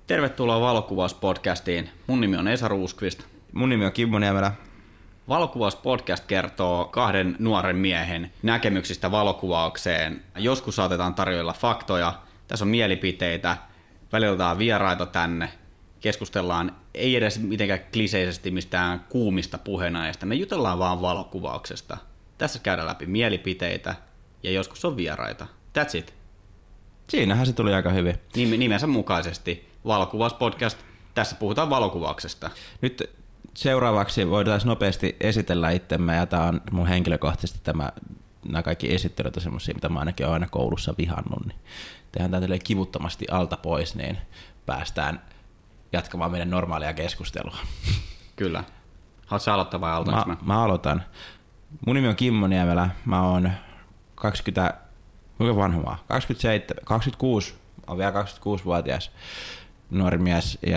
Tervetuloa Valokuvauspodcastiin. Mun nimi on Esa Ruuskvist. Mun nimi on Kimmo Niemelä. Valokuvauspodcast kertoo kahden nuoren miehen näkemyksistä valokuvaukseen. Joskus saatetaan tarjoilla faktoja, tässä on mielipiteitä, välillä otetaan vieraita tänne. Keskustellaan ei edes mitenkään kliseisesti mistään kuumista puheenaiheista, me jutellaan vaan valokuvauksesta. Tässä käydään läpi mielipiteitä ja joskus on vieraita. That's it. Siinähän se tuli aika hyvin. Nimensä mukaisesti. Valokuvauspodcast, tässä puhutaan valokuvauksesta. Nyt seuraavaksi voitaisiin nopeasti esitellä itsemme, ja tämä on mun henkilökohtaisesti nämä kaikki esittelyt on semmosia, mitä mä ainakin olen aina koulussa vihannut, niin tehdään tämä kivuttomasti alta pois, niin päästään jatkamaan meidän normaalia keskustelua. Kyllä. Haluatko sä aloittaa vai aloitanko mä? Mä aloitan. Mun nimi on Kimmo Niemelä, mä oon 26, on vielä 26-vuotias nuori mies, ja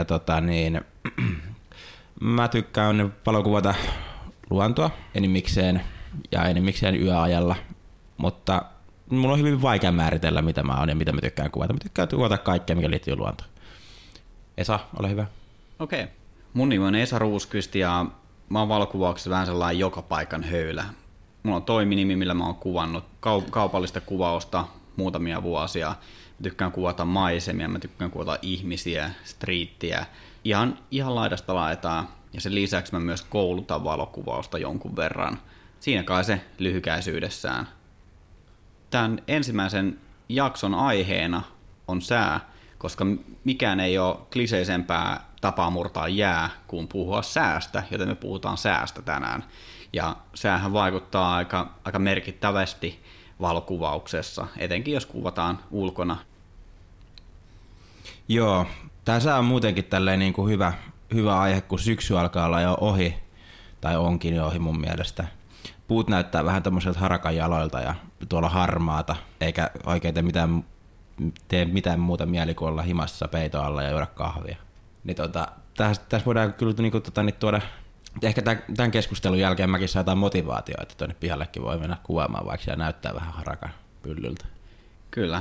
mä tykkään valokuvata luontoa enimmikseen yöajalla, mutta mulla on hyvin vaikea määritellä, mitä mä oon ja mitä mä tykkään kuvata. Mä tykkään kuvata kaikkea, mikä liittyy luontoon. Esa, ole hyvä. Okei. Mun nimi on Esa Ruuskvist ja mä oon valokuvauksessa vähän sellainen joka paikan höylä. Mulla on toiminimi, millä mä oon kuvannut kaupallista kuvausta muutamia vuosia. Mä tykkään kuvata maisemia, mä tykkään kuvata ihmisiä, striittiä, ihan laidasta laitaan. Ja sen lisäksi mä myös koulutan valokuvausta jonkun verran. Siinä kai se lyhykäisyydessään. Tämän ensimmäisen jakson aiheena on sää, koska mikään ei ole kliseisempää tapaa murtaa jää kuin puhua säästä, joten me puhutaan säästä tänään. Ja säähän vaikuttaa aika merkittävästi valokuvauksessa, etenkin jos kuvataan ulkona. Joo, tämä sää on muutenkin tälleen niin kuin hyvä aihe, kun syksy alkaa olla jo ohi, tai onkin jo ohi mun mielestä. Puut näyttää vähän tommoselta harakan jaloilta ja tuolla harmaata, eikä oikein tee mitään muuta mieli kuin olla himassa peiton alla ja juoda kahvia. Niin tässä voidaan kyllä tuoda, ehkä tämän keskustelun jälkeen mäkin saa jotain motivaatiota, että tuonne pihallekin voi mennä kuvaamaan vaikka ja näyttää vähän harakan pyllyltä. Kyllä.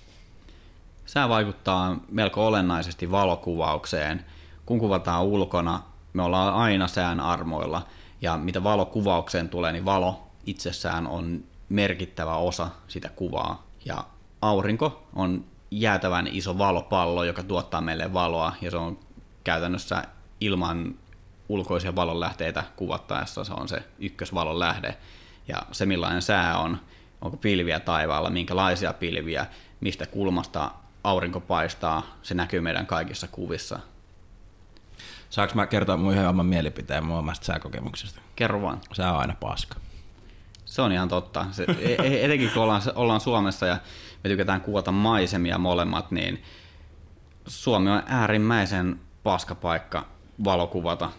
Sää vaikuttaa melko olennaisesti valokuvaukseen. Kun kuvataan ulkona, me ollaan aina sään armoilla. Ja mitä valokuvaukseen tulee, niin valo itsessään on merkittävä osa sitä kuvaa. Ja aurinko on jäätävän iso valopallo, joka tuottaa meille valoa. Ja se on käytännössä ilman ulkoisia valonlähteitä kuvattaessa se on se ykkösvalon lähde. Ja se millainen sää on, onko pilviä taivaalla, minkälaisia pilviä, mistä kulmasta aurinko paistaa, se näkyy meidän kaikissa kuvissa. Saanko mä kertoa mun ihan oman mielipiteen mun omasta sääkokemuksesta? Kerro vaan. Sää on aina paska. Se on ihan totta. Etenkin kun ollaan Suomessa ja me tykätään kuvata maisemia molemmat, niin Suomi on äärimmäisen paska paikka valokuvata.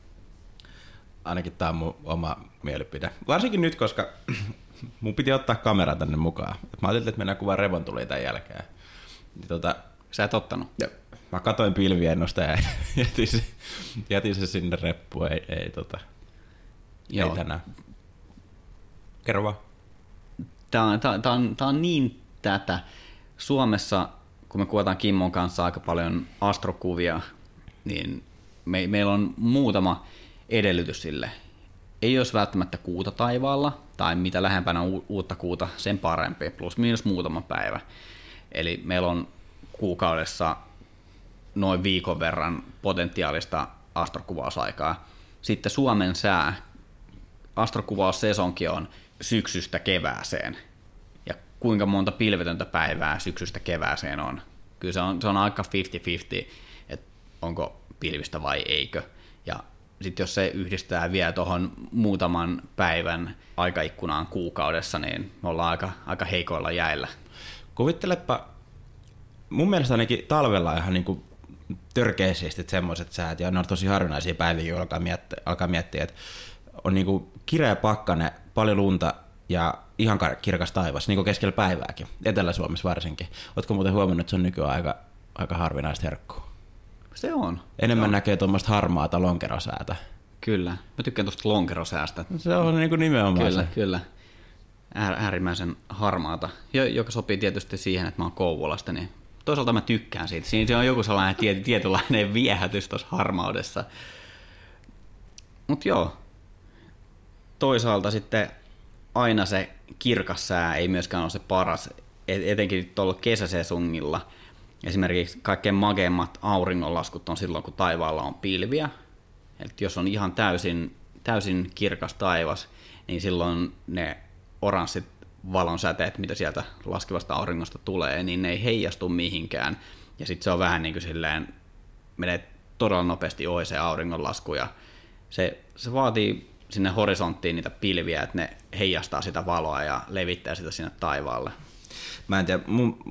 Ainakin tää on mun oma mielipide. Varsinkin nyt, koska mun piti ottaa kamera tänne mukaan. Mä ajattelin, että mennään kuvaan revontulia tämän jälkeen. Sä et ottanut? Joo. Mä katoin pilviennosta ja jätin se sinne reppuun. Ei tänään. Kerro vaan. Tää on niin tätä. Suomessa, kun me kuvataan Kimmon kanssa aika paljon astrokuvia, niin meillä on muutama edellytys sille. Ei olisi välttämättä kuuta taivaalla, tai mitä lähempänä uutta kuuta, sen parempi, plus miinus muutama päivä. Eli meillä on kuukaudessa noin viikon verran potentiaalista astrokuvausaikaa. Sitten Suomen sää, astrokuvaussesonki on syksystä kevääseen. Ja kuinka monta pilvetöntä päivää syksystä kevääseen on? Kyllä se on aika 50-50, että onko pilvistä vai eikö. Ja sitten jos se yhdistää vielä tuohon muutaman päivän aikaikkunaan kuukaudessa, niin me ollaan aika heikoilla jäillä. Kuvittelepa, mun mielestä ainakin talvella ihan niinku törkeästi semmoiset säät, ja ne on tosi harvinaisia päiviä, kun alkaa miettiä, että on niinku kireä pakkane, paljon lunta ja ihan kirkas taivas, niinku keskellä päivääkin, Etelä-Suomessa varsinkin. Ootko muuten huomannut, että se on nykyään aika harvinaista herkkua? Se on. Enemmän näkee tuommoista harmaata lonkerosäätä. Kyllä. Mä tykkään tuosta lonkerosäästä. Se on niinku nimenomaan kyllä, se. Kyllä. Äärimmäisen harmaata, joka sopii tietysti siihen, että mä oon Kouvolasta, niin toisaalta mä tykkään siitä. Siinä on joku sellainen tietynlainen viehätys tuossa harmaudessa. Mutta joo, toisaalta sitten aina se kirkas sää ei myöskään ole se paras, etenkin tuolla kesäsesungilla. Esimerkiksi kaikkein mageimmat auringonlaskut on silloin, kun taivaalla on pilviä. Et jos on ihan täysin kirkas taivas, niin silloin ne oranssit valonsäteet, mitä sieltä laskevasta auringosta tulee, niin ne ei heijastu mihinkään. Ja sitten se on vähän niin kuin silleen, menee todella nopeasti ohi se auringonlasku, ja se vaatii sinne horisonttiin niitä pilviä, että ne heijastaa sitä valoa ja levittää sitä sinne taivaalle. Mä en tiedä,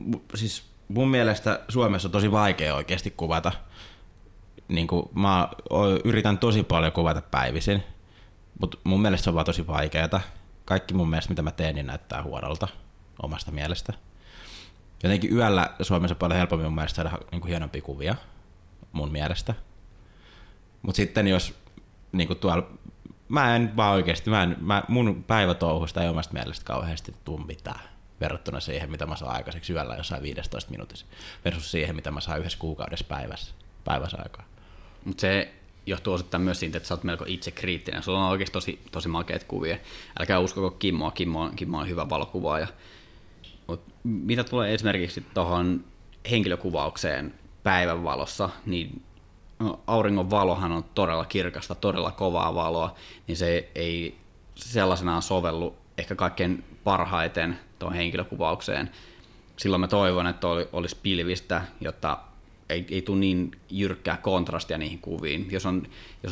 mun mielestä Suomessa on tosi vaikea oikeasti kuvata. Niin kuin mä yritän tosi paljon kuvata päivisin, mutta mun mielestä se on vaan tosi vaikeaa. Kaikki mun mielestä, mitä mä teen, niin näyttää huonolta omasta mielestä. Jotenkin yöllä Suomessa on paljon helpommin mun mielestä saada niin kuin hienompia kuvia mun mielestä. Mutta sitten jos niin kuin tuolla, mä en vaan oikeasti, mun päivätouhusta ei omasta mielestä kauheasti tule mitään verrattuna siihen, mitä mä saan aikaiseksi yöllä jossain 15 minuutissa versus siihen, mitä mä saan yhdessä kuukaudessa päivässä aikaa. Mutta se johtuu osittain myös siitä, että sä oot melko itse kriittinen. Sulla on oikeasti tosi makeat kuvia. Älkää uskoko Kimmoa. Kimmo on hyvä valokuvaaja. Mut mitä tulee esimerkiksi tuohon henkilökuvaukseen päivän valossa, niin auringon valohan on todella kirkasta, todella kovaa valoa, niin se ei sellaisenaan sovellu ehkä kaikkein parhaiten tuohon henkilökuvaukseen. Silloin mä toivon, että olisi pilvistä, jotta ei tule niin jyrkkää kontrastia niihin kuviin. Jos on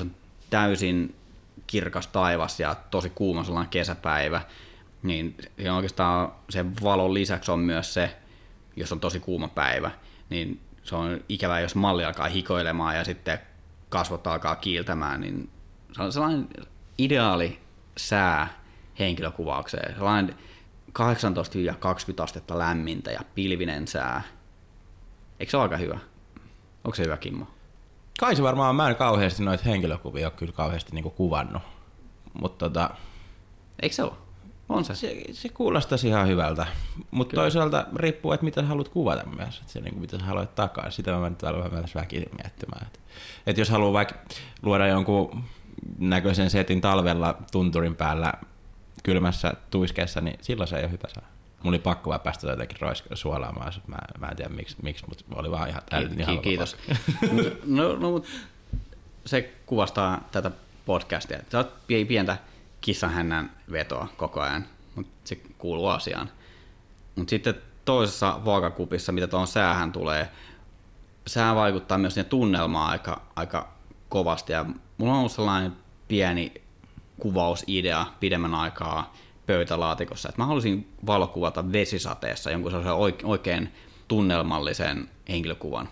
täysin kirkas taivas ja tosi kuuma sellainen kesäpäivä, niin oikeastaan sen valon lisäksi on myös se, jos on tosi kuuma päivä, niin se on ikävää, jos malli alkaa hikoilemaan ja sitten kasvot alkaa kiiltämään, niin se on sellainen ideaali sää henkilökuvaukseen. Sellainen 18-20 astetta lämmintä ja pilvinen sää. Eikö se ole aika hyvä? Onko se hyvä, Kimmo? Kai se varmaan, mä en kauheasti noita henkilökuvia ole kyllä kauheasti niinku kuvannut, mutta eikö se ole? On se. Se kuulostaisi ihan hyvältä, mutta toisaalta riippuu, että mitä haluat kuvata myös, että se niinku, mitä sä haluat takaa. Sitä mä nyt vähän väkisin miettimään. Että jos haluaa vaikka luoda jonkun näköisen setin talvella tunturin päällä kylmässä tuiskeessa, niin silloin se ei ole hyvä saa. Mulla oli pakko vaan päästä jotenkin suolaamaan, mä en tiedä miksi, mutta oli vaan ihan täysin. Kiitos. no, se kuvastaa tätä podcastia. Sä oot pientä kissanhännän vetoa koko ajan, mutta se kuuluu asiaan. Mutta sitten toisessa vaakakupissa, mitä tuohon säähän tulee, sää vaikuttaa myös siihen tunnelmaan aika kovasti. Ja mulla on ollut sellainen pieni kuvausidea pidemmän aikaa pöytälaatikossa, että mä haluaisin valokuvata vesisateessa jonkun sellaisen oikein tunnelmallisen henkilökuvan.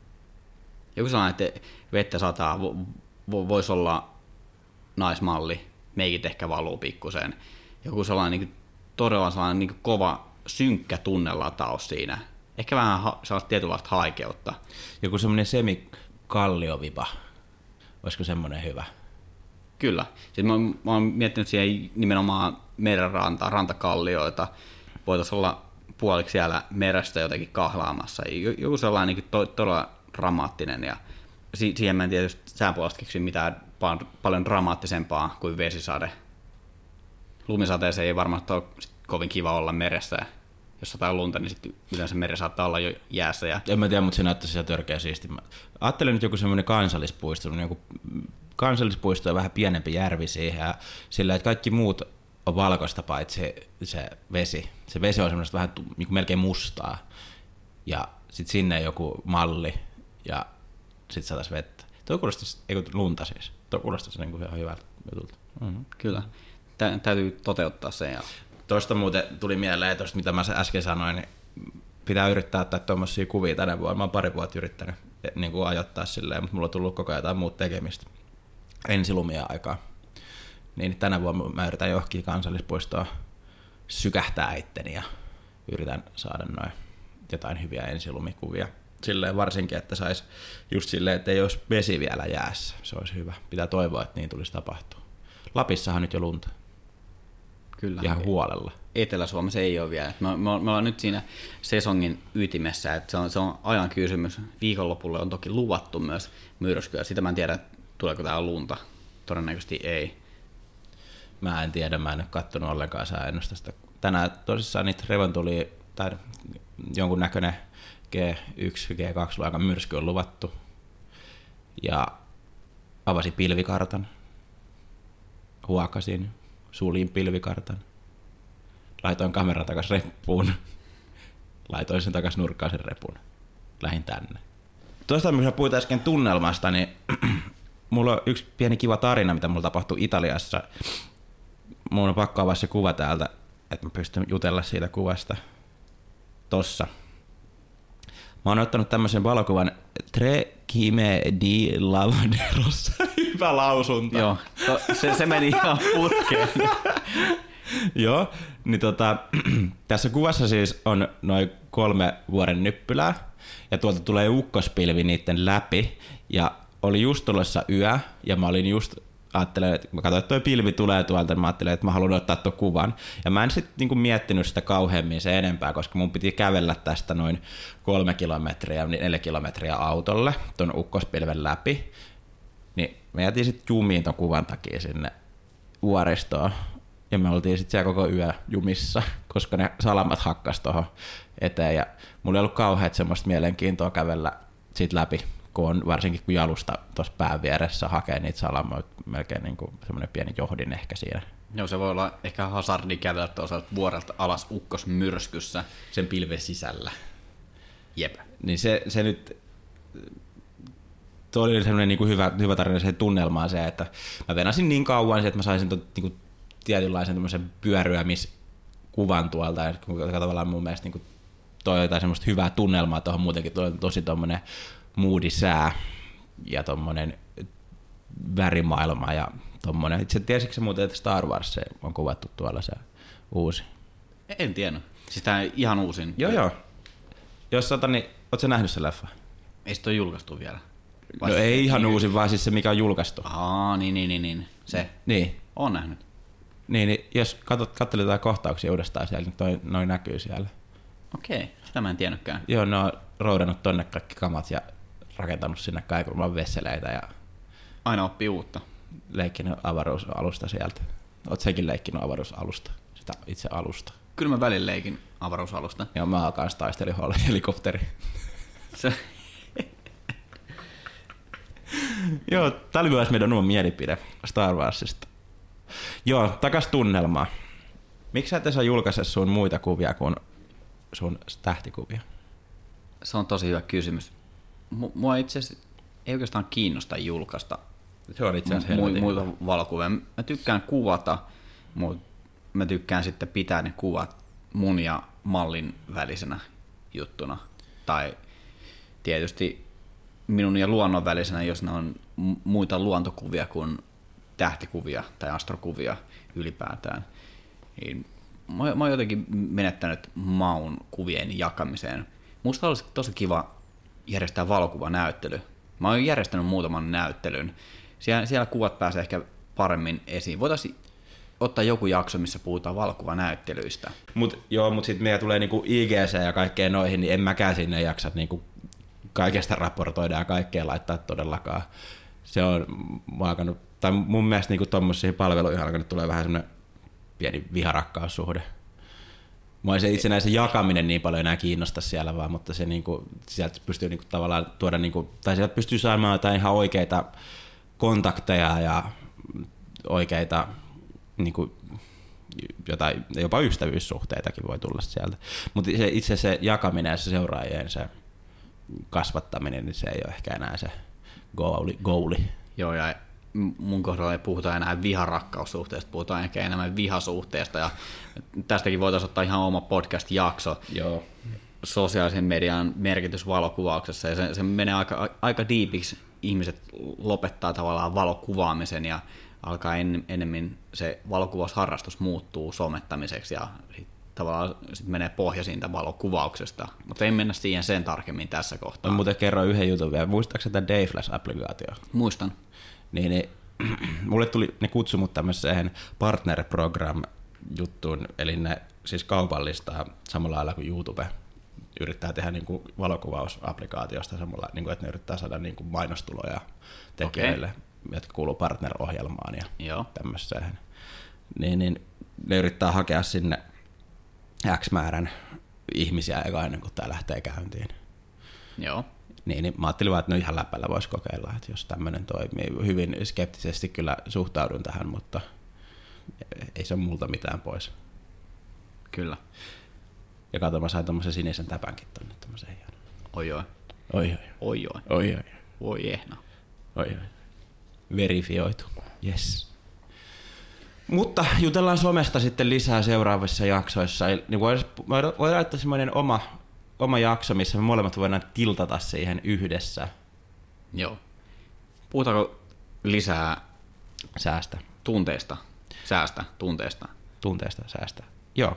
Joku sellainen, että vettä sataa, voisi olla naismalli, meikit ehkä valuu pikkuseen. Joku sellainen niin todella sellainen niin kova, synkkä tunnelataus siinä. Ehkä vähän sellaista tietynlaista haikeutta. Joku semmoinen semikalliovipa, olisiko semmoinen hyvä? Kyllä. Sitten mä oon miettinyt siihen nimenomaan rantakallioita. Voitaisiin olla puoliksi siellä merestä jotenkin kahlaamassa. Joku sellainen niin todella dramaattinen. Ja siihen mä en tietysti sään puolesta keksi mitään paljon dramaattisempaa kuin vesisade. Lumisateeseen ei varmaan ole kovin kiva olla meressä. Jos sataa lunta, niin sitten yleensä meri saattaa olla jo jäässä. En mä tiedä, mutta se näyttäisi sitä törkeä siistiä. Ajattelen nyt joku semmoinen kansallispuisto, kansallispuisto on vähän pienempi järvi siihen ja sillä, että kaikki muut on valkoista paitsi se vesi. Se vesi on semmoista vähän niin kuin melkein mustaa ja sitten sinne joku malli ja sitten saataisiin vettä. Tuo kuulostaisi, ei lunta siis, tuo kuulostaisi niin kuin ihan hyvältä jutulta. Mm-hmm. Kyllä, täytyy toteuttaa se. Ja tuosta muuten tuli mieleen, tuosta mitä mä äsken sanoin, niin pitää yrittää ottaa tuommoisia kuvia tänä vuonna. Mä oon 2 vuotta yrittänyt niin kuin ajoittaa silleen, mutta mulla on tullut koko ajan jotain muuta tekemistä. Ensilumia aikaa. Niin tänä vuonna mä yritän johonkin kansallispuistoon sykähtää itteni ja yritän saada noin jotain hyviä ensilumikuvia. Silleen varsinkin, että sais just silleen, että ei olisi vesi vielä jäässä. Se olisi hyvä. Pitää toivoa, että niin tulisi tapahtua. Lapissahan nyt jo lunta. Kyllä. Ihan huolella. Etelä-Suomessa ei ole vielä. Me ollaan nyt siinä sesongin ytimessä, että se on ajan kysymys. Viikonlopulle on toki luvattu myös myrskyä. Sitä mä en tiedä, tuleeko täällä lunta. Todennäköisesti ei. Mä en tiedä, mä en ole kattonut ollenkaan sääennustusta. Tänään tosissaan niitä revontulia tai jonkunnäköinen G1, G2-luokan myrsky on luvattu. Ja avasin pilvikartan. Huokasin, suljin pilvikartan. Laitoin kameran takas reppuun. Laitoin sen takas nurkkaan sen repun. Lähin tänne. Tuosta, missä puhuit äsken tunnelmasta, niin mulla on yksi pieni kiva tarina, mitä mulla tapahtui Italiassa. Mun on pakko avaa se kuva täältä, että mä pystyn jutella siitä kuvasta. Tossa. Mä oon ottanut tämmöisen valokuvan Tre Kime di Lavaderossa. Hyvä lausunto. Joo, se meni ihan putkeen. Joo, niin tässä kuvassa siis on noin 3 vuoren nyppylää ja tuolta tulee ukkospilvi niiden läpi ja oli just tulossa yö ja mä olin just ajattelin, että mä katsoin, että toi pilvi tulee tuolta, niin mä ajattelin, että mä haluan ottaa tuon kuvan. Ja mä en sitten niinku miettinyt sitä kauheammin se enempää, koska mun piti kävellä tästä noin 3 kilometriä, 4 kilometriä autolle ton ukkospilven läpi. Niin mä jätin sitten jumiin ton kuvan takia sinne vuoristoon. Ja me oltiin sitten siellä koko yö jumissa, koska ne salamat hakkas tuohon eteen. Ja mulla ei ollut kauheat semmoista mielenkiintoa kävellä siitä läpi, varsinkin kun jalusta tuossa pään vieressä hakee niitä salamoita, melkein niinku semmoinen pieni johdin ehkä siinä. Joo, se voi olla ehkä hazardi kävellä tuossa vuorelta alas ukkosmyrskyssä. Sen pilven sisällä. Jep. Niin se nyt, tuo oli semmoinen niinku hyvä tarina se tunnelmaan se, että mä venasin niin kauan, että mä saisin niinku tietynlaisen tämmöisen pyöryämiskuvan tuolta, ja tavallaan mun mielestä niinku toi jotain semmoista hyvää tunnelmaa tuohon muutenkin, toi on tosi tommonen moody sää ja tommonen värimaailma ja tommonen. Itse tiesitkö sä muuten, että Star Wars se on kuvattu tuolla se uusi? En tiennyt. Siis tää ihan uusin. Joo. Jos niin oot sä nähnyt se leffa? Ei sit ole julkaistu vielä. No ei ihan uusin, vaan siis se mikä on julkaistu. Niin. Se. Niin. Oon nähnyt. Niin jos katselet jotain kohtauksia uudestaan siellä, niin noin näkyy siellä. Okei, sitä mä en tiennytkään. Joo, ne on roudannut tonne kaikki kamat ja rakentanut sinne kaikenlaisia vesseleitä ja aina oppii uutta. Leikkinyt avaruusalusta sieltä. Oot sekin leikkinyt avaruusalusta, sitä itse alusta. Kyllä mä välillä leikin avaruusalusta. Joo, mä kanssa taistelin helikopteri. Joo, tää oli myös meidän oma mielipide Star Warsista. Joo, takas tunnelmaan. Miksi sä et saa julkaise sun muita kuvia kuin sun tähtikuvia? Se on tosi hyvä kysymys. Mua itse asiassa ei oikeastaan kiinnosta julkaista se on itse asiassa muita valokuvia. Mä tykkään kuvata, mutta mä tykkään sitten pitää ne kuvat mun ja mallin välisenä juttuna. Tai tietysti minun ja luonnon välisenä, jos ne on muita luontokuvia kuin tähtikuvia tai astrokuvia ylipäätään. Niin mä oon jotenkin menettänyt maun kuvien jakamiseen. Musta olisi tosi kiva järjestää valokuvanäyttely. Mä oon järjestänyt muutaman näyttelyn. Siellä kuvat pääsee ehkä paremmin esiin. Voitaisiin ottaa joku jakso, missä puhutaan valokuvanäyttelyistä. Mutta sitten meillä tulee niinku IGC ja kaikkeen noihin, niin en mäkään sinne jaksa niinku kaikesta raportoida ja kaikkea laittaa todellakaan. Se on alkanut, tai mun mielestä niinku tommosiin palveluihin alkanut tulee vähän semmoinen pieni viharakkaussuhde. Mua ei se itsenäisen jakaminen niin paljon enää kiinnosta siellä vaan, mutta se niinku, sieltä pystyy niinku tavallaan tuoda, niinku, tai sieltä pystyy saamaan jotain ihan oikeita kontakteja ja oikeita niinku, jotain, jopa ystävyyssuhteitakin voi tulla sieltä. Mutta itse se jakaminen ja se seuraajien se kasvattaminen, niin se ei ole ehkä enää se goali. Joo, ja mun kohdalla ei puhuta enää viharakkaussuhteesta, puhutaan ehkä enemmän vihasuhteesta, ja tästäkin voitaisiin ottaa ihan oma podcast-jakso. Joo. Sosiaalisen median merkitys valokuvauksessa, ja se menee aika deepiksi. Ihmiset lopettaa tavallaan valokuvaamisen, ja alkaa enemmän se valokuvausharrastus muuttuu somettamiseksi, ja tavallaan sit menee pohja siitä valokuvauksesta, mutta ei mennä siihen sen tarkemmin tässä kohtaa. Mä muuten kerron yhden jutun vielä. Muistaakseni tätä Dayflash-applikaatio? Muistan. Niin, mulle tuli, ne kutsui mut tämmöiseen partner program juttuun, eli ne siis kaupallistaa samalla lailla kuin YouTube yrittää tehdä niin kuin valokuvausapplikaatiosta samalla, niin kuin, että ne yrittää saada niin kuin mainostuloja tekijöille, jotka kuuluu partner-ohjelmaan ja tämmöiseen. Niin ne yrittää hakea sinne X määrän ihmisiä eka ennen kuin tämä lähtee käyntiin. Joo. Niin mä ajattelin vaan, että no ihan läpällä voisi kokeilla, että jos tämmöinen toimii. Hyvin skeptisesti kyllä suhtaudun tähän, mutta ei se ole multa mitään pois. Kyllä. Ja kato, mä sain tommosen sinisen täpänkin tonne tommoseen hienon. Oi. Oi. Voi ehna. Oi. Verifioitu. Yes. Mutta jutellaan somesta sitten lisää seuraavissa jaksoissa. Niin voidaan laittaa semmoinen oma jakso, missä me molemmat voidaan tiltata siihen yhdessä. Joo. Puhutaanko lisää tunteesta? Tunteesta, säästä. Joo.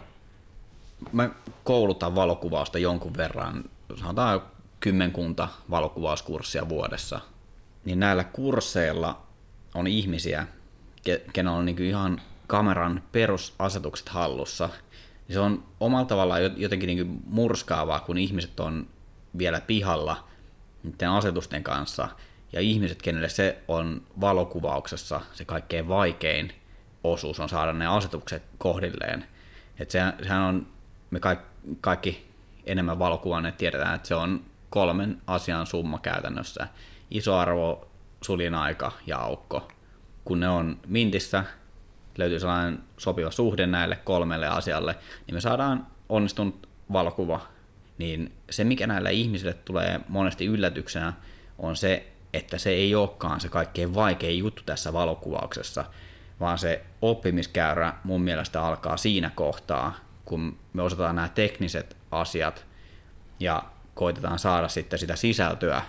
Mä koulutan valokuvausta jonkun verran, sanotaan 10 valokuvauskurssia vuodessa. Niin näillä kursseilla on ihmisiä, kenellä on niinku ihan kameran perusasetukset hallussa. Se on omalla tavallaan jotenkin niinku murskaavaa, kun ihmiset on vielä pihalla niiden asetusten kanssa. Ja ihmiset, kenelle se on valokuvauksessa se kaikkein vaikein osuus, on saada ne asetukset kohdilleen. Että sehän on, me kaikki enemmän valokuvanneet tiedetään, että se on 3 asian summa käytännössä. Iso arvo, suljin aika ja aukko. Kun ne on mintissä, löytyy sellainen sopiva suhde näille 3 asialle, niin me saadaan onnistunut valokuva. Niin se, mikä näillä ihmisille tulee monesti yllätyksenä, on se, että se ei olekaan se kaikkein vaikein juttu tässä valokuvauksessa, vaan se oppimiskäyrä mun mielestä alkaa siinä kohtaa, kun me osataan nämä tekniset asiat ja koitetaan saada sitten sitä sisältöä,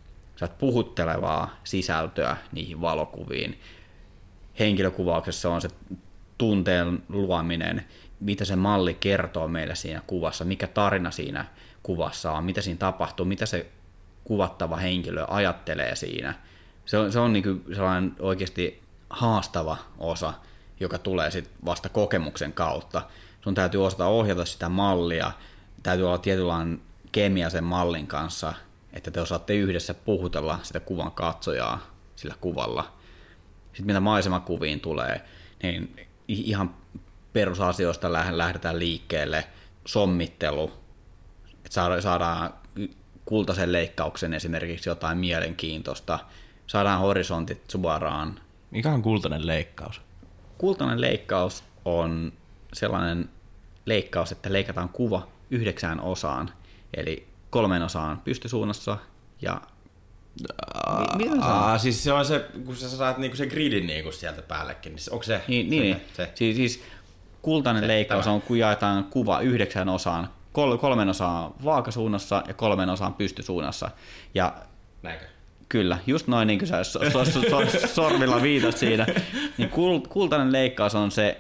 puhuttelevaa sisältöä niihin valokuviin. Henkilökuvauksessa on se tunteen luominen, mitä se malli kertoo meille siinä kuvassa, mikä tarina siinä kuvassa on, mitä siinä tapahtuu, mitä se kuvattava henkilö ajattelee siinä. Se on niin kuin sellainen oikeasti haastava osa, joka tulee sit vasta kokemuksen kautta. Sun täytyy osata ohjata sitä mallia, täytyy olla tietynlainen kemia sen mallin kanssa, että te osaatte yhdessä puhutella sitä kuvan katsojaa sillä kuvalla. Sitten mitä maisemakuviin tulee, niin ihan perusasioista lähdetään liikkeelle. Sommittelu, että saadaan kultaisen leikkauksen esimerkiksi jotain mielenkiintoista, saadaan horisontit suoraan. Mikä on kultainen leikkaus? Kultainen leikkaus on sellainen leikkaus, että leikataan kuva 9 osaan, eli 3 osaan pystysuunnassa ja miten siis se on se, kun sä saat niinku sen gridin niinku sieltä päällekin, niin onko se? Niin. Siis kultainen se, leikkaus tämä on, kun jaetaan kuva 9 osaan, 3 osaan vaakasuunnassa ja 3 osaan pystysuunnassa. Ja näinkö? Kyllä, just noin niin kuin sä sormilla viitat siinä. Niin kultainen leikkaus on se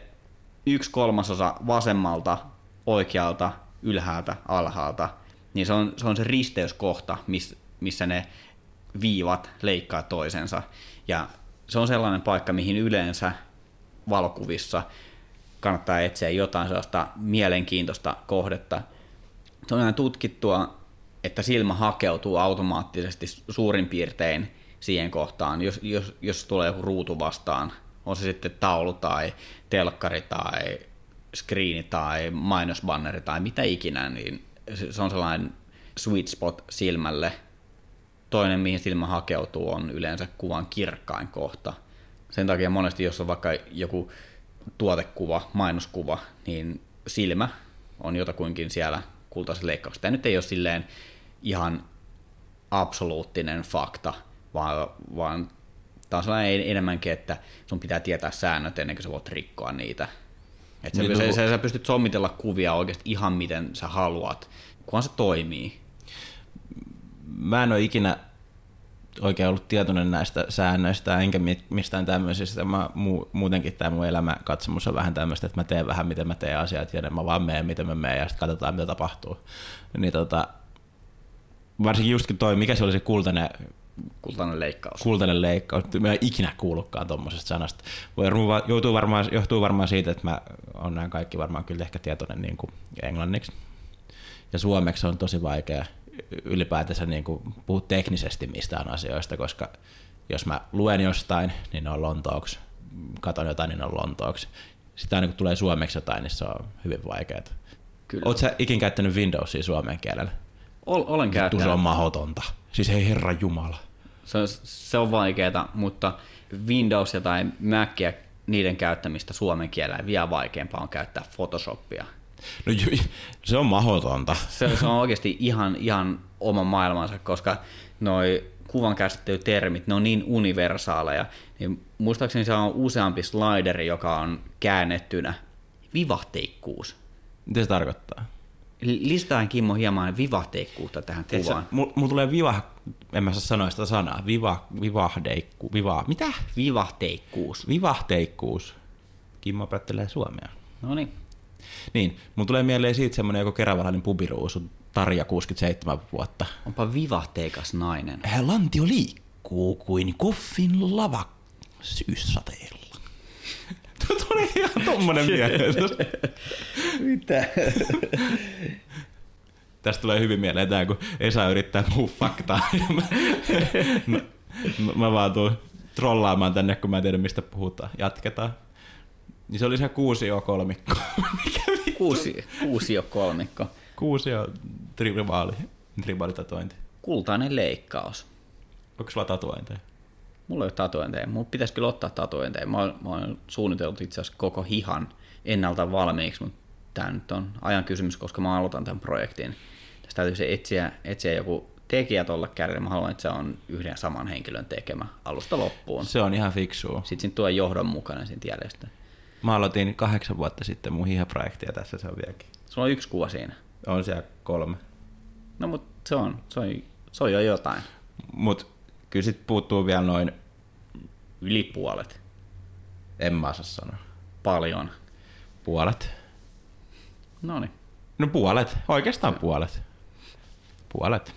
1/3 vasemmalta, oikealta, ylhäältä, alhaalta. Niin se on se risteyskohta, missä ne viivat leikkaa toisensa. Ja se on sellainen paikka, mihin yleensä valokuvissa kannattaa etsiä jotain sellaista mielenkiintoista kohdetta. Se on tutkittua, että silmä hakeutuu automaattisesti suurin piirtein siihen kohtaan, jos tulee joku ruutu vastaan, on se sitten taulu tai telkkari tai screeni tai mainosbanneri tai mitä ikinä, niin se on sellainen sweet spot silmälle. Toinen, mihin silmä hakeutuu, on yleensä kuvan kirkkain kohta. Sen takia monesti, jos on vaikka joku tuotekuva, mainoskuva, niin silmä on jotakuinkin siellä kultaisessa leikkauksessa. Tämä nyt ei ole silleen ihan absoluuttinen fakta, vaan tämä on sellainen enemmänkin, että sun pitää tietää säännöt ennen kuin sä voit rikkoa niitä. Että sä pystyt sommitella kuvia oikeasti ihan miten sä haluat, kunhan se toimii. Mä en ole ikinä oikein ollut tietoinen näistä säännöistä, enkä mistään tämmöisistä. Muutenkin tämä mun elämänkatsomus on vähän tämmöistä, että mä teen vähän miten mä teen asiat ja mä vaan menen miten mä menen ja sitten katsotaan mitä tapahtuu. Niin varsinkin just toi, mikä se oli se kultainen Kultainen leikkaus. Kultainen leikkaus. Mä en ikinä kuullutkaan tommosesta sanasta. Johtuu varmaan siitä, että mä oon nämä kaikki varmaan kyllä ehkä tietoinen niin kuin englanniksi. Ja suomeksi on tosi vaikea ylipäätänsä niin kuin puhua teknisesti mistään asioista, koska jos mä luen jostain, niin ne on lontooksi. Katon jotain, niin ne on lontooksi. Sitten aina kun tulee suomeksi jotain, niin se on hyvin vaikeaa. Oletko sä ikin käyttänyt Windowsia suomen kielellä? Olen käyttänyt. Se on mahdotonta. Siis hei herra jumala. Se on vaikeaa, mutta Windowsia tai Macia, niiden käyttämistä suomen kielellä vielä vaikeampaa on käyttää Photoshopia. No se on mahdotonta. Se on oikeasti ihan oma maailmansa, koska noi kuvan käsittelytermit, ne on niin universaaleja. Niin muistaakseni se on useampi slideri, joka on käännettynä. Vivahteikkuus. Mitä se tarkoittaa? Listaan Kimmo hieman vivahteikkuutta tähän kuvaan. Mulla tulee en mä saa sanoa sitä sanaa. Mitä? Vivahteikkuus. Vivahteikkuus. Kimmo päättelee suomea. Noniin. Niin, mulla tulee mieleen siitä semmonen joku keravalainen pubiruusu, Tarja 67 vuotta. Onpa vivahteikas nainen. Lantio liikkuu kuin koffin lava syyssateella. Tuli ihan tommonen mieleen. Mitä? Tästä tulee hyvin mieleen tää, kun Esa yrittää puhua faktaa. Mä vaan tuun trollaamaan tänne, kun mä en tiedä mistä puhutaan. Jatketaan. Niin se oli se kuusio-kolmikko. Kuusio-kolmikko. Tribalitatointi. Kultainen leikkaus. Onko sulla tatuointeja? Mulla ei ole tatuointeja. Mun pitäisi kyllä ottaa tatuointeja. Mä oon suunnitellut itse asiassa koko hihan ennalta valmiiksi, mutta tää nyt on ajan kysymys, koska mä aloitan tämän projektin. Tästä täytyy etsiä joku tekijä tolle kärjelle. Mä haluan, että se on yhden saman henkilön tekemä alusta loppuun. Se on ihan fiksua. Sitten siinä tulee johdonmukainen siinä jäljestä. Mä aloitin 8 vuotta sitten mun hihaprojektia, tässä se on vieläkin. Sulla on 1 kuva siinä. On siellä 3. No mut se on jo jotain. Mut kyllä sit puuttuu vielä noin... Yli puolet. En mä osaa sanoa. Paljon. Puolet. Noniin. No puolet, oikeastaan puolet. Puolet.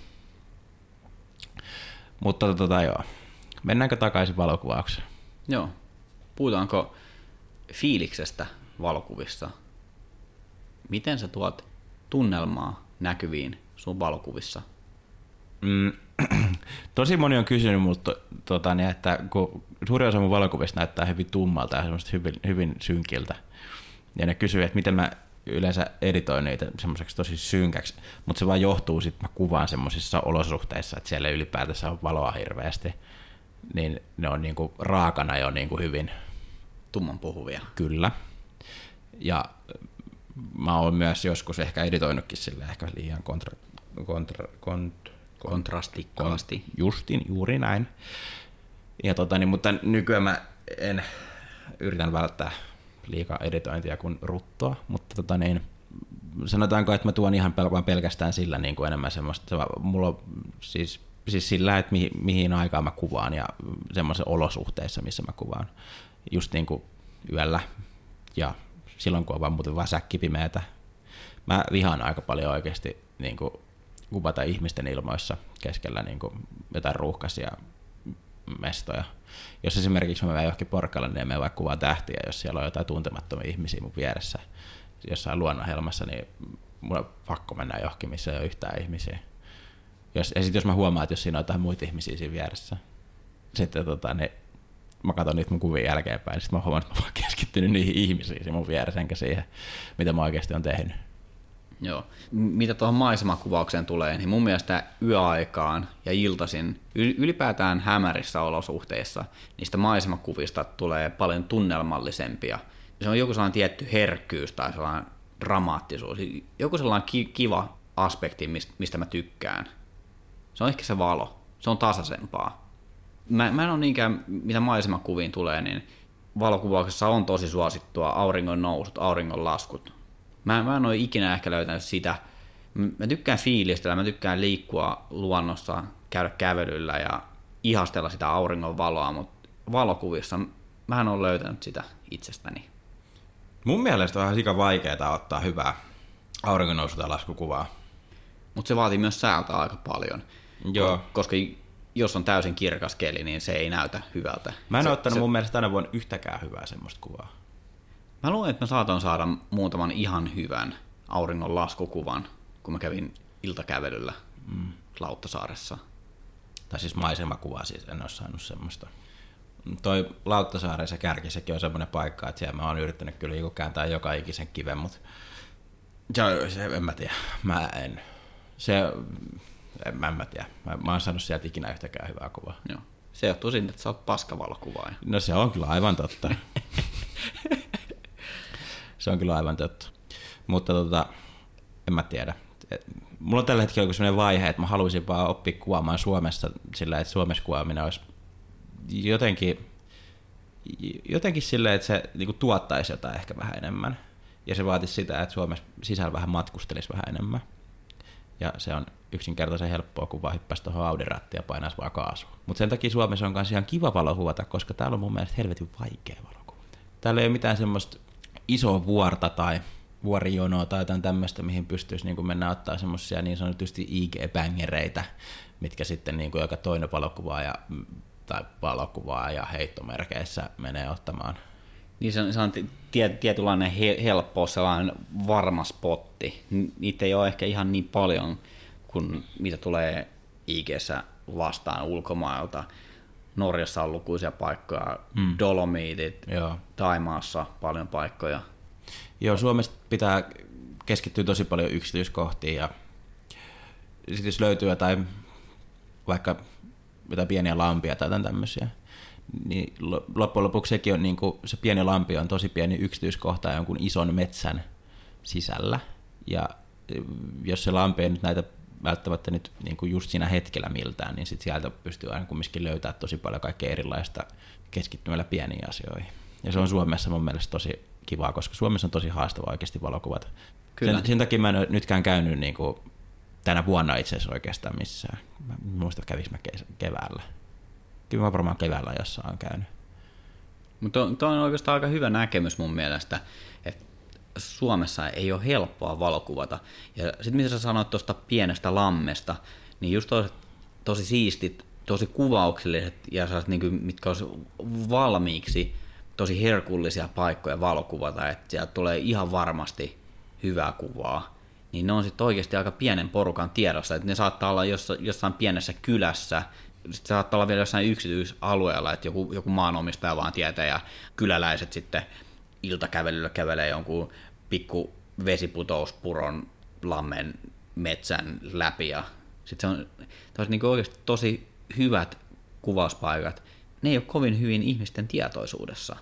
Mutta joo. Mennäänkö takaisin valokuvaukseen? Joo. Puhutaanko fiiliksestä valokuvissa? Miten sä tuot tunnelmaa näkyviin sun valokuvissa? Tosi moni on kysynyt multa, että kun suurin osa mun valokuvista näyttää hyvin tummalta ja hyvin synkiltä, ja ne kysyy, että miten mä yleensä editoin niitä semmoiseksi tosi synkäksi, mutta se vaan johtuu sitten, että mä kuvaan semmoisissa olosuhteissa, että siellä ylipäätänsä on valoa hirveästi, niin ne on niinku raakana jo niinku hyvin tumman puhuvia. Kyllä. Ja mä oon myös joskus ehkä editoinutkin sille ehkä liian kontrastikkaasti. Juuri näin. Ja mutta nykyään mä yritän välttää liikaa editointia kuin ruttoa, mutta sanotaanko, että mä tuon ihan pelkästään sillä niin kuin enemmän semmoista, mulla on siis sillä, että mihin aikaan mä kuvaan ja semmoisen olosuhteissa, missä mä kuvaan. Just niin kuin yöllä ja silloin, kun on vaan säkkipimeätä. Mä vihaan aika paljon oikeasti niin kuin kuvata ihmisten ilmoissa keskellä niin kuin jotain ruuhkaisia mestoja. Jos esimerkiksi mä menen johonkin porkkalle, niin mä vaikka kuvaa tähtiä, jos siellä on jotain tuntemattomia ihmisiä mun vieressä jossain luonnonhelmassa, niin mun on pakko mennä johonkin, missä ei ole yhtään ihmisiä. Ja sitten jos mä huomaan, että jos siinä on jotain muita ihmisiä siinä vieressä, sitten niin mä katson niitä mun kuvia jälkeenpäin, niin sitten mä huomaan, että mä oon keskittynyt niihin ihmisiin siinä mun vieressä, enkä siihen, mitä mä oikeasti on tehnyt. Joo. Mitä tuohon maisemakuvaukseen tulee, niin mun mielestä yöaikaan ja iltaisin, ylipäätään hämärissä olosuhteissa, niistä maisemakuvista tulee paljon tunnelmallisempia. Se on joku sellainen tietty herkkyys tai sellainen dramaattisuus, joku sellainen kiva aspekti, mistä mä tykkään. Se on ehkä se valo, se on tasaisempaa. Mä en ole niinkään, mitä maisemakuviin tulee, niin valokuvauksessa on tosi suosittua auringon nousut, auringon laskut. Mä en ole ikinä ehkä löytänyt sitä. Mä tykkään fiilistellä, mä tykkään liikkua luonnossa, käydä kävelyllä ja ihastella sitä auringon valoa, mutta valokuvissa mä en ole löytänyt sitä itsestäni. Mun mielestä on ihan sika vaikeaa ottaa hyvää auringonnousu- tai laskukuvaa. Mutta se vaatii myös säältä aika paljon. Joo. Koska jos on täysin kirkas keli, niin se ei näytä hyvältä. Mä en ole ottanut mun mielestä tänä vuonna yhtäkään hyvää semmoista kuvaa. Mä luulen, että mä saatoin saada muutaman ihan hyvän auringon laskukuvan, kun mä kävin iltakävelyllä Lauttasaaressa. Tai siis maisemakuvaa, siis en ole saanut semmoista. Toi Lauttasaaren se Kärkisekin on semmoinen paikka, että siellä mä oon yrittänyt kyllä kääntää joka ikisen kiven, mutta se en mä tiedä. En mä tiedä. Mä oon saanut sieltä ikinä yhtäkään hyvää kuvaa. Joo. Se johtuu siitä, että sä oot paskavalokuvaaja. No se on kyllä aivan totta. Se on kyllä aivan totta. Mutta en mä tiedä. Mulla on tällä hetkellä joku sellainen vaihe, että mä haluaisin vaan oppia kuvaamaan Suomessa sillä, että Suomessa kuvaaminen olisi jotenkin silleen, että se niinku tuottaisi jotain ehkä vähän enemmän. Ja se vaatisi sitä, että Suomessa sisällä vähän matkustelisi vähän enemmän. Ja se on yksinkertaisen helppoa, kun vaan hyppäisi tuohon Audi-rattiin ja painaisi vaan kaasua. Mutta sen takia Suomessa on myös ihan kiva valokuvata, koska täällä on mun mielestä helvetin vaikea valokuvata. Täällä ei ole mitään semmoista isoa vuorta tai vuorijonoa tai jotain tämmöistä, mihin pystyisi niin mennä ottaa semmoisia niin sanotusti IG-bängereitä, mitkä sitten niin joka toinen valokuvaaja heittomerkeissä menee ottamaan. Niin se on tietynlainen helppo, sellainen varma spotti. Niitä ei ole ehkä ihan niin paljon kuin mitä tulee IG:ssä vastaan ulkomailta. Norjassa on lukuisia paikkoja, Dolomiitit, Thaimaassa paljon paikkoja. Joo, Suomessa pitää keskittyä tosi paljon yksityiskohtiin ja sitten jos löytyy jotain, vaikka jotain pieniä lampia tai jotain tämmöisiä, niin loppujen lopuksi sekin on, niin kuin, se pieni lampi on tosi pieni yksityiskohta jonkun ison metsän sisällä. Ja jos se lampi ei nyt näitä välttämättä nyt niin kuin just siinä hetkellä miltään, niin sit sieltä pystyy aina kumminkin löytämään tosi paljon kaikkea erilaista keskittymällä pieniin asioihin. Ja se on Suomessa mun mielestä tosi kivaa, koska Suomessa on tosi haastavaa oikeasti valokuvata. Sen takia mä en nytkään käynyt niin kuin tänä vuonna itse asiassa oikeastaan missään. Mä muista kävinkö mä keväällä. Kyllä mä varmaan keväällä jossain on käynyt. Mutta tuo on oikeastaan aika hyvä näkemys mun mielestä, että Suomessa ei ole helppoa valokuvata. Ja sitten mitä sä sanoit tuosta pienestä lammesta, niin just tosi siistit, tosi kuvaukselliset ja niin mitkä olisi valmiiksi tosi herkullisia paikkoja valokuvata, että sieltä tulee ihan varmasti hyvää kuvaa. Niin ne on sitten oikeasti aika pienen porukan tiedossa, että ne saattaa olla jossain pienessä kylässä, sitten saattaa olla vielä jossain yksityisalueella, että joku maanomistaja vaan tietää ja kyläläiset sitten iltakävelyllä kävelee jonkun pikku vesiputouspunon lammen metsän läpi ja sitten se on niin oikeasti tosi hyvät kuvauspaikat. Ne ei ole kovin hyvin ihmisten tietoisuudessa.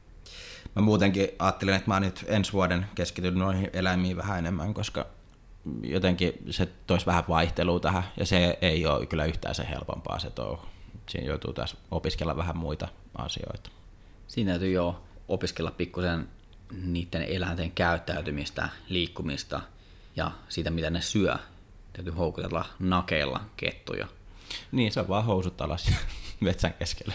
Mä muutenkin ajattelin, että mä nyt ensi vuoden keskityn noihin eläimiin vähän enemmän, koska jotenkin se toisi vähän vaihtelua tähän, ja se ei ole kyllä yhtään se helpompaa se touhu. Siinä joutuu taas opiskella vähän muita asioita. Siinä täytyy jo opiskella pikkusen niiden eläinten käyttäytymistä, liikkumista ja siitä, mitä ne syö. Täytyy houkutella nakeilla kettuja. Niin, se on vaan housut alas ja metsän keskellä.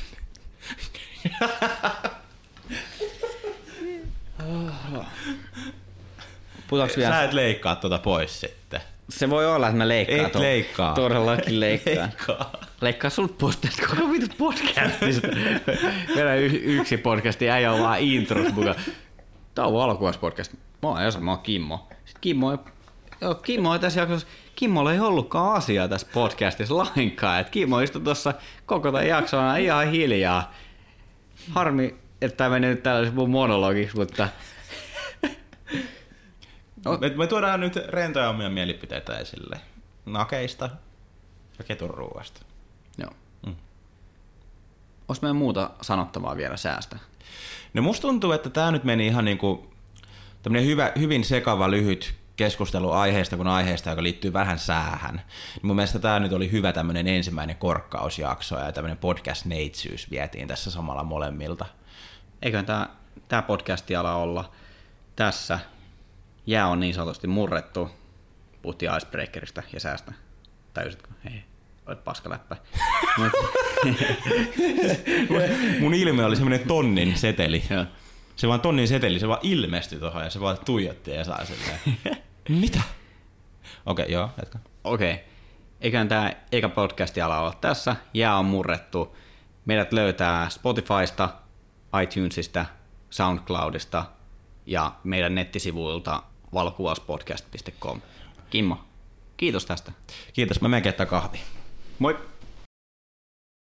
Sä et leikkaa tuota pois sitten. Se voi olla, että mä leikkaan. Et leikkaa. Todellakin leikkaan. Leikkaa sut pois tästä koko vitut podcastista. Meillä yksi podcasti, äijä on vaan intros mukaan. Tää on valokuvauspodcast. Mä oon Esa, mä oon Kimmo. Sitten Kimmo on tässä jaksossa. Kimmolla ei ollutkaan asiaa tässä podcastissa lainkaan. Et Kimmo istui tuossa koko tämän jakson ihan hiljaa. Harmi, että tämä meni nyt tällaisen mun monologiksi, mutta... Me tuodaan nyt rentoja omia mielipiteitä esille. Nakeista ja ketunruuasta. Joo. Olis meidän muuta sanottavaa vielä säästä? No musta tuntuu, että tää nyt meni ihan niinku tämmönen hyvin sekava lyhyt keskustelu aiheesta kuin aiheesta, joka liittyy vähän säähän. Mun mielestä tää nyt oli hyvä tämmönen ensimmäinen korkkausjakso ja tämmönen podcast-neitsyys vietiin tässä samalla molemmilta. Eiköhän tää podcasti ala olla tässä. Jää on niin sanotusti murrettu. Puhuttiin icebreakerista ja säästä. Täysitkö? Ei, olet paskaläppä. Mun ilme oli semmoinen tonnin seteli. Se vaan tonnin seteli, se vaan ilmestyi tuohon ja se vaan tuijotti ja saa silleen. Mitä? Okei, joo, jatka. Okei. eiköhän tämä eikä podcasti ala olla tässä. Jää on murrettu. Meidät löytää Spotifysta, iTunesista, SoundCloudista ja meidän nettisivuilta valokuvauspodcast.com. Kimmo, kiitos tästä. Kiitos, mä menen keittää kahvia. Moi!